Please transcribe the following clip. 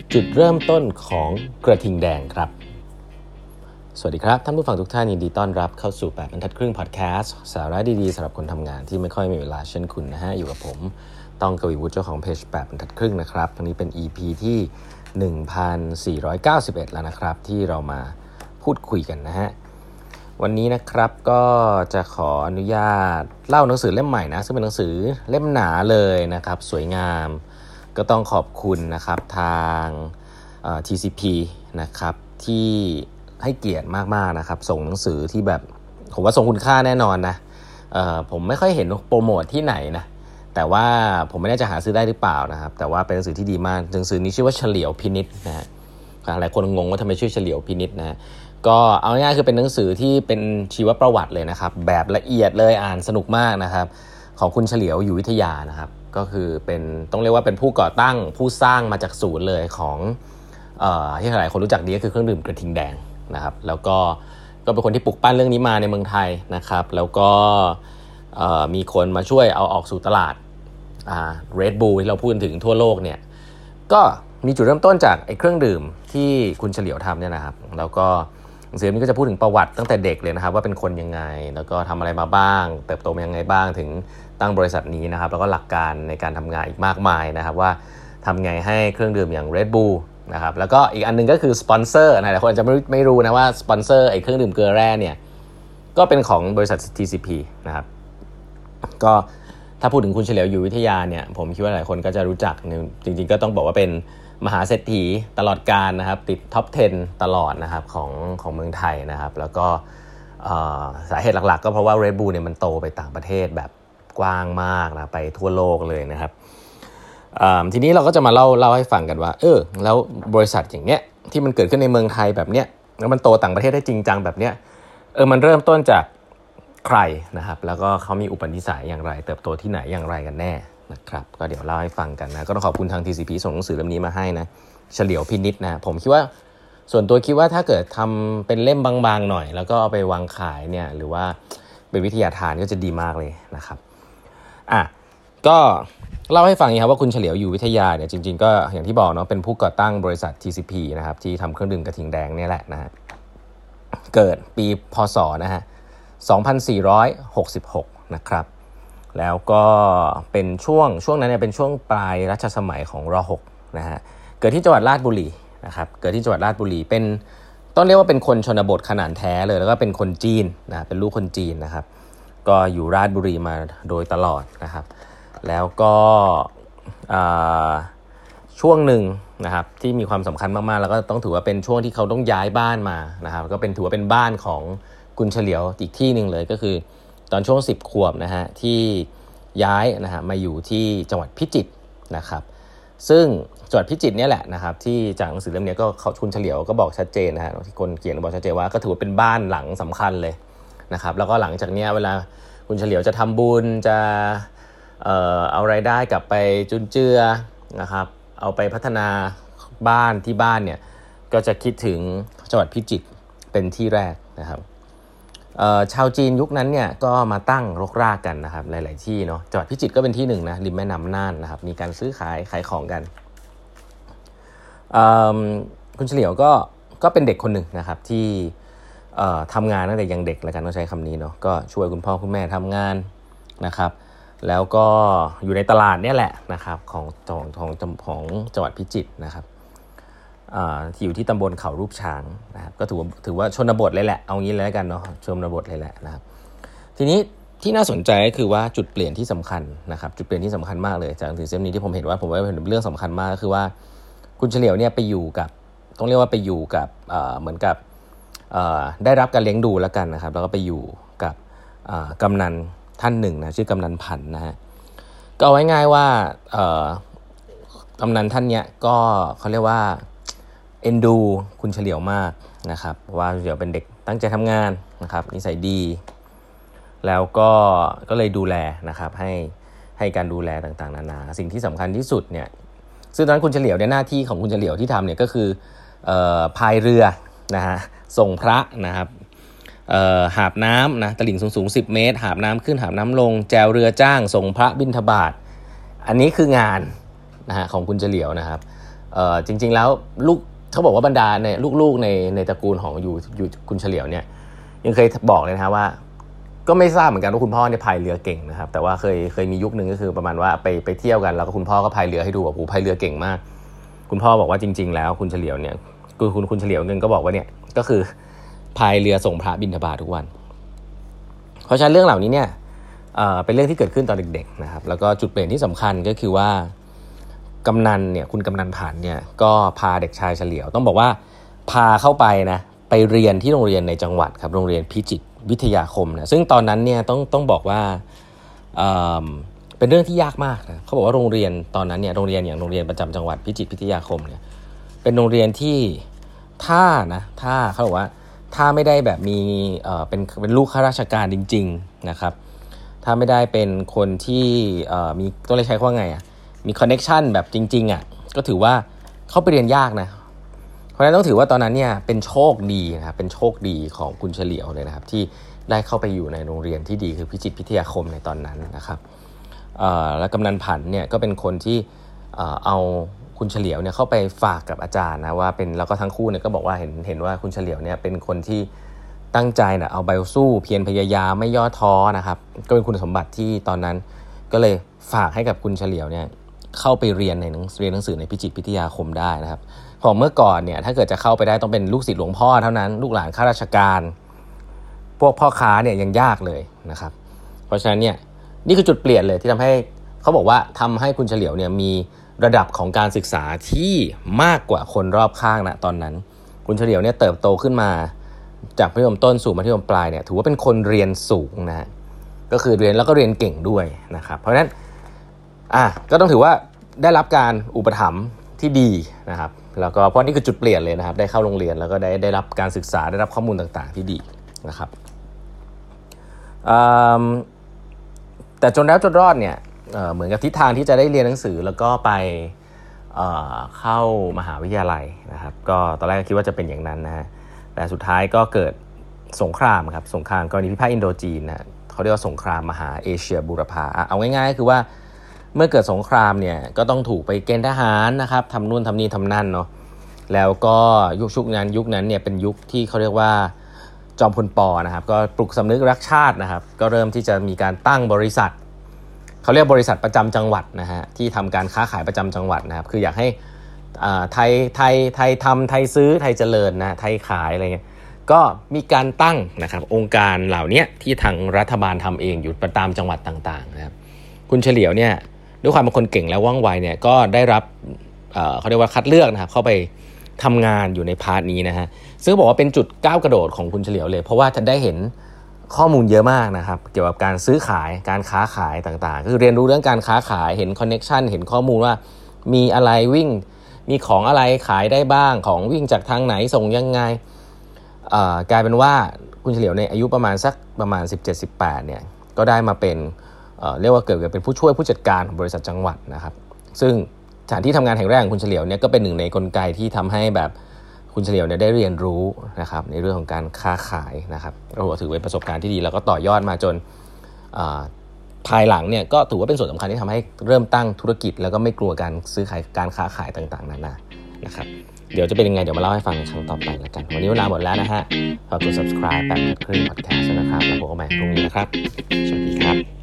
จุดเริ่มต้นของกระทิงแดงครับสวัสดีครับท่านผู้ฟังทุกท่านยินดีต้อนรับเข้าสู่8บรรทัดครึ่งพอดแคสต์สาระดีๆสำหรับคนทำงานที่ไม่ค่อยมีเวลาเช่นคุณนะฮะอยู่กับผมต้องกวีวุฒิเจ้าของเพจ8บรรทัดครึ่งนะครับวันนี้เป็น EP ที่1491แล้วนะครับที่เรามาพูดคุยกันนะฮะวันนี้นะครับก็จะขออนุญาตเล่าหนังสือเล่มใหม่นะซึ่งเป็นหนังสือเล่มหนาเลยนะครับสวยงามก็ต้องขอบคุณนะครับทางTCP นะครับที่ให้เกียรติมากๆนะครับส่งหนังสือที่แบบผมว่าทรงคุณค่าแน่นอนนะผมไม่ค่อยเห็นโปรโมทที่ไหนนะแต่ว่าผมไม่แน่ใจหาซื้อได้หรือเปล่านะครับแต่ว่าเป็นหนังสือที่ดีมากหนังสือนี้ชื่อว่าเฉลียวพินิจนะฮะหลายคนงงว่าทำไมชื่อเฉลียวพินิจนะก็เอาง่ายๆคือเป็นหนังสือที่เป็นชีวประวัติเลยนะครับแบบละเอียดเลยอ่านสนุกมากนะครับของคุณเฉลียวอยู่วิทยานะครับก็คือเป็นต้องเรียกว่าเป็นผู้ก่อตั้งผู้สร้างมาจากศูนย์เลยของที่หลายคนรู้จักดีก็คือเครื่องดื่มกระทิงแดงนะครับแล้วก็เป็นคนที่ปลุกปั้นเรื่องนี้มาในเมืองไทยนะครับแล้วก็มีคนมาช่วยเอาออกสู่ตลาดRed Bull ที่เราพูดถึงทั่วโลกเนี่ยก็มีจุดเริ่มต้นจากไอ้เครื่องดื่มที่คุณเฉลียวทำเนี่ยนะครับแล้วก็หนังสือนี้ก็จะพูดถึงประวัติตั้งแต่เด็กเลยนะครับว่าเป็นคนยังไงแล้วก็ทำอะไรมาบ้างเติบโตมายังไงบ้างถึงตั้งบริษัทนี้นะครับแล้วก็หลักการในการทำงานอีกมากมายนะครับว่าทำไงให้เครื่องดื่มอย่าง Red Bull นะครับแล้วก็อีกอันนึงก็คือสปอนเซอร์นะหลายคนอาจจะไม่รู้นะว่าสปอนเซอร์ไอ้เครื่องดื่มเกลือแร่เนี่ยก็เป็นของบริษัท TCP นะครับก็ถ้าพูดถึงคุณเฉลียวอยู่วิทยาเนี่ยผมคิดว่าหลายคนก็จะรู้จักจริงๆก็ต้องบอกว่าเป็นมหาเศรษฐีตลอดกาลนะครับติดท็อป 10 ตลอดนะครับของเมืองไทยนะครับแล้วก็สาเหตุหลักๆก็เพราะว่า Red Bull เนี่ยมันโตไปต่างประเทศแบบกว้างมากนะไปทั่วโลกเลยนะครับทีนี้เราก็จะมาเล่าให้ฟังกันว่าแล้วบริษัทอย่างเนี้ยที่มันเกิดขึ้นในเมืองไทยแบบเนี้ยแล้วมันโตต่างประเทศได้จริงจังแบบเนี้ยมันเริ่มต้นจากใครนะครับแล้วก็เขามีอุปนิสัยอย่างไรเติบโตที่ไหนอย่างไรกันแน่นะครับก็เดี๋ยวเล่าให้ฟังกันนะก็ต้องขอบคุณทาง TCP ส่งหนังสือเล่มนี้มาให้นะเฉลียวพินิจนะผมคิดว่าส่วนตัวคิดว่าถ้าเกิดทำเป็นเล่มบางๆหน่อยแล้วก็เอาไปวางขายเนี่ยหรือว่าเป็นวิทยาทานก็จะดีมากเลยนะครับก็เล่าให้ฟังครับว่าคุณเฉลียวอยู่วิทยาเนี่ยจริงๆก็อย่างที่บอกเนาะเป็นผู้ก่อตั้งบริษัท TCP นะครับที่ทำเครื่องดื่มกระทิงแดงเนี่ยแหละนะฮะเกิดปีพ.ศ. นะฮะ2466นะครับแล้วก็เป็นช่วงนั้นเนี่ยเป็นช่วงปลายรัชสมัยของร.6 นะฮะเกิดที่จังหวัดราชบุรีนะครับเกิดที่จังหวัดราชบุรีเป็นต้องเรียกว่าเป็นคนชนบทขนาดแท้เลยแล้วก็เป็นคนจีนนะเป็นลูกคนจีนนะครับก็อยู่ราชบุรีมาโดยตลอดนะครับแล้วก็ช่วงหนึ่งนะครับที่มีความสำคัญมากๆแล้วก็ต้องถือว่าเป็นช่วงที่เขาต้องย้ายบ้านมานะครับก็ถือว่าเป็นบ้านของคุณเฉลียวอีกที่นึงเลยก็คือตอนช่วง10 ขวบนะฮะที่ย้ายนะฮะมาอยู่ที่จังหวัดพิจิตรนะครับซึ่งจังหวัดพิจิตรเนี่ยแหละนะครับที่จากหนังสือเล่มนี้ก็คุณเฉลียวก็บอกชัดเจนนะฮะที่คนเขียนบอกชัดเจนว่าก็ถือว่าเป็นบ้านหลังสำคัญเลยนะครับแล้วก็หลังจากนี้เวลาคุณเฉลียวจะทำบุญจะเอารายได้กลับไปจุนเจือนะครับเอาไปพัฒนาบ้านที่บ้านเนี่ยก็จะคิดถึงจังหวัดพิจิตรเป็นที่แรกนะครับชาวจีนยุคนั้นเนี่ยก็มาตั้งรกรากกันนะครับหลายๆที่เนาะจังหวัดพิจิตรก็เป็นที่หนึ่งนะริมแม่น้ำน่านนะครับมีการซื้อขายของกันคุณเฉลียวก็เป็นเด็กคนหนึ่งนะครับที่ทำงานตั้งแต่ยังเด็กแล้วกันต้องใช้คำนี้เนาะก็ช่วยคุณพ่อคุณแม่ทำงานนะครับแล้วก็อยู่ในตลาดเนี่ยแหละนะครับของจังหวัดพิจิตรนะครับที่อยู่ที่ตำบลเขารูปช้างนะครับก็ถือว่าชนบทเลยแหละเอางี้เลยแล้วกันเนาะชนบทเลยแหละนะครับทีนี้ที่น่าสนใจก็คือว่าจุดเปลี่ยนที่สำคัญนะครับจุดเปลี่ยนที่สำคัญมากเลยจากหนังสือเล่มนี้ที่ผมเห็นว่าเป็นเรื่องสำคัญมากก็คือว่าคุณเฉลียวเนี่ยไปอยู่กับต้องเรียกว่าไปอยู่กับเหมือนกับได้รับการเลี้ยงดูแล้วกันนะครับแล้วก็ไปอยู่กับกำนันท่านหนึ่งนะชื่อกำนันพันธ์นะฮะก็เอาไว้ง่ายว่ากำนันท่านเนี้ยก็เขาเรียกว่าเอ็นดูคุณเฉลียวมากนะครับว่าเฉลียวเป็นเด็กตั้งใจทำงานนะครับนิสัยดีแล้วก็เลยดูแลนะครับให้การดูแลต่างๆนานาสิ่งที่สำคัญที่สุดเนี่ยซึ่งตอนนั้นคุณเฉลียวเนี่ยหน้าที่ของคุณเฉลียวที่ทำเนี่ยก็คือพายเรือนะฮะส่งพระนะครับหาบน้ำนะตลิ่งสูง10 เมตรหาบน้ำขึ้นหาบน้ำลงแจวเรือจ้างส่งพระบิณฑบาตอันนี้คืองานนะฮะของคุณเฉลียวนะครับจริงๆแล้วลูกเขาบอกว่าบรรดาในลูกๆในตระกูลของอยู่คุณเฉลียวเนี่ยยังเคยบอกเลยนะว่าก็ไม่ทราบเหมือนกันว่าคุณพ่อเนี่ยพายเรือเก่งนะครับแต่ว่าเคยมียุคนึงก็คือประมาณว่าไปเที่ยวกันแล้วก็คุณพ่อก็พายเรือให้ดูว่าโอ้พายเรือเก่งมากคุณพ่อบอกว่าจริงๆแล้วคุณเฉลียวเนี่ยคุณเฉลียวเงินก็บอกว่าเนี่ยก็คือพายเรือส่งพระบิณฑบาตทุกวันเพราะฉะนั้นเรื่องเหล่านี้เนี่ยเป็นเรื่องที่เกิดขึ้นตอนเด็กๆนะครับแล้วก็จุดเปลี่ยนที่สำคัญก็คือว่ากำนันเนี่ยคุณกำนันผันเนี่ยก็พาเด็กชายเฉลียวต้องบอกว่าพาเข้าไปนะไปเรียนที่โรงเรียนในจังหวัดครับโรงเรียนพิจิตรวิทยาคมนะซึ่งตอนนั้นเนี่ยต้องบอกว่าเป็นเรื่องที่ยากมากนะเขาบอกว่าโรงเรียนตอนนั้นเนี่ยโรงเรียนอย่างโรงเรียนประจำจังหวัดพิจิตรวิทยาคมเนี่ยเป็นโรงเรียนที่ถ้าเขาบอกว่าถ้าไม่ได้แบบมีเป็นลูกข้าราชการจริงๆนะครับถ้าไม่ได้เป็นคนที่มีต้องใช้คำว่าไงมีคอนเนคชั่นแบบจริงๆก็ถือว่าเข้าไปเรียนยากนะเพราะฉะนั้นต้องถือว่าตอนนั้นเนี่ยเป็นโชคดีนะครับเป็นโชคดีของคุณเฉลียวเลยนะครับที่ได้เข้าไปอยู่ในโรงเรียนที่ดีคือพิจิตรพิทยาคมในตอนนั้นนะครับและกำนันผันเนี่ยก็เป็นคนที่เอาคุณเฉลียวเนี่ยเข้าไปฝากกับอาจารย์นะว่าเป็นแล้วก็ทั้งคู่เนี่ยก็บอกว่าเห็นว่าคุณเฉลียวเนี่ยเป็นคนที่ตั้งใจนะเอาใบสู้เพียรพยายามไม่ย่อท้อนะครับก็เป็นคุณสมบัติที่ตอนนั้นก็เลยฝากให้กับคุณเฉลียวเนี่ยเข้าไปเรียนหนังสือในพิจิตรพิทยาคมได้นะครับพอเมื่อก่อนเนี่ยถ้าเกิดจะเข้าไปได้ต้องเป็นลูกศิษย์หลวงพ่อเท่านั้นลูกหลานข้าราชการพวกพ่อค้าเนี่ยยังยากเลยนะครับเพราะฉะนั้นเนี่ยนี่คือจุดเปลี่ยนเลยที่ทำให้เขาบอกว่าทำให้คุณเฉลียวเนี่ยมีระดับของการศึกษาที่มากกว่าคนรอบข้างนะตอนนั้นคุณเฉลียวเนี่ยเติบโตขึ้นมาจากมัธยมต้นสู่มัธยมปลายเนี่ยถือว่าเป็นคนเรียนสูงนะฮะก็คือเรียนแล้วก็เรียนเก่งด้วยนะครับเพราะฉะนั้นก็ต้องถือว่าได้รับการอุปถัมภ์ที่ดีนะครับแล้วก็เพราะนี่คือจุดเปลี่ยนเลยนะครับได้เข้าโรงเรียนแล้วก็ได้รับการศึกษาได้รับข้อมูลต่างๆที่ดีนะครับแต่จนแล้วจนรอดเนี่ยเหมือนกับทิศทางที่จะได้เรียนหนังสือแล้วก็ไปเข้ามหาวิทยาลัยนะครับก็ตอนแรกก็คิดว่าจะเป็นอย่างนั้นนะฮะแต่สุดท้ายก็เกิดสงครามครับสงครามกรณีพิพาทอินโดจีนนะเขาเรียกว่าสงครามมหาเอเชียบูรพาเอาง่ายๆก็คือว่าเมื่อเกิดสงครามเนี่ยก็ต้องถูกไปเกณฑ์ทหารนะครับทำนู่นทำนี่ทำนั่นเนาะแล้วก็ยุคนั้นเนี่ยเป็นยุคที่เขาเรียกว่าจอมพลป.นะครับก็ปลุกสำนึกรักชาตินะครับก็เริ่มที่จะมีการตั้งบริษัทเขาเรียกบริษัทประจำจังหวัดนะฮะที่ทำการค้าขายประจำจังหวัดนะครับคืออยากให้ไทยทำไทยซื้อไทยเจริญนะไทยขายอะไรเงี้ยก็มีการตั้งนะครับองค์การเหล่านี้ที่ทางรัฐบาลทำเองอยู่ประตามจังหวัดต่างๆนะครับคุณเฉลียวเนี่ยด้วยความเป็นคนเก่งและว่องไวเนี่ยก็ได้รับเขาเรียกว่าคัดเลือกนะครับเข้าไปทำงานอยู่ในพาร์ทนี้นะฮะซึ่งบอกว่าเป็นจุดก้าวกระโดดของคุณเฉลียวเลยเพราะว่าจะได้เห็นข้อมูลเยอะมากนะครับเกี่ยวกับการซื้อขายการค้าขายต่างๆคือเรียนรู้เรื่องการค้าขายเห็นคอนเน็กชันเห็นข้อมูลว่ามีอะไรวิ่งมีของอะไรขายได้บ้างของวิ่งจากทางไหนส่งยังไงกลายเป็นว่าคุณเฉลียวในอายุประมาณ 17-18 เนี่ยก็ได้มาเป็นเรียกว่าเกิดเป็นผู้ช่วยผู้จัดการของบริษัทจังหวัดนะครับซึ่งสถานที่ทำงานแห่งแรกของคุณเฉลียวเนี่ยก็เป็นหนึ่งในกลไกที่ทำให้แบบคุณเฉลียวเนี่ยได้เรียนรู้นะครับในเรื่องของการค้าขายนะครับก็ถือเป็นประสบการณ์ที่ดีแล้วก็ต่อยอดมาจนภายหลังเนี่ยก็ถือว่าเป็นส่วนสำคัญที่ทำให้เริ่มตั้งธุรกิจแล้วก็ไม่กลัวการซื้อขายการค้าขายต่างๆนานานะครับเดี๋ยวจะเป็นยังไงเดี๋ยวมาเล่าให้ฟังในครั้งต่อไปแล้วกันวันนี้เวลาหมดแล้วนะฮะฝากกด subscribe แบบครึ่ง podcast นะครับแล้วพบกันใหม่พรุ่งนี้นะครับสวัสดีครับ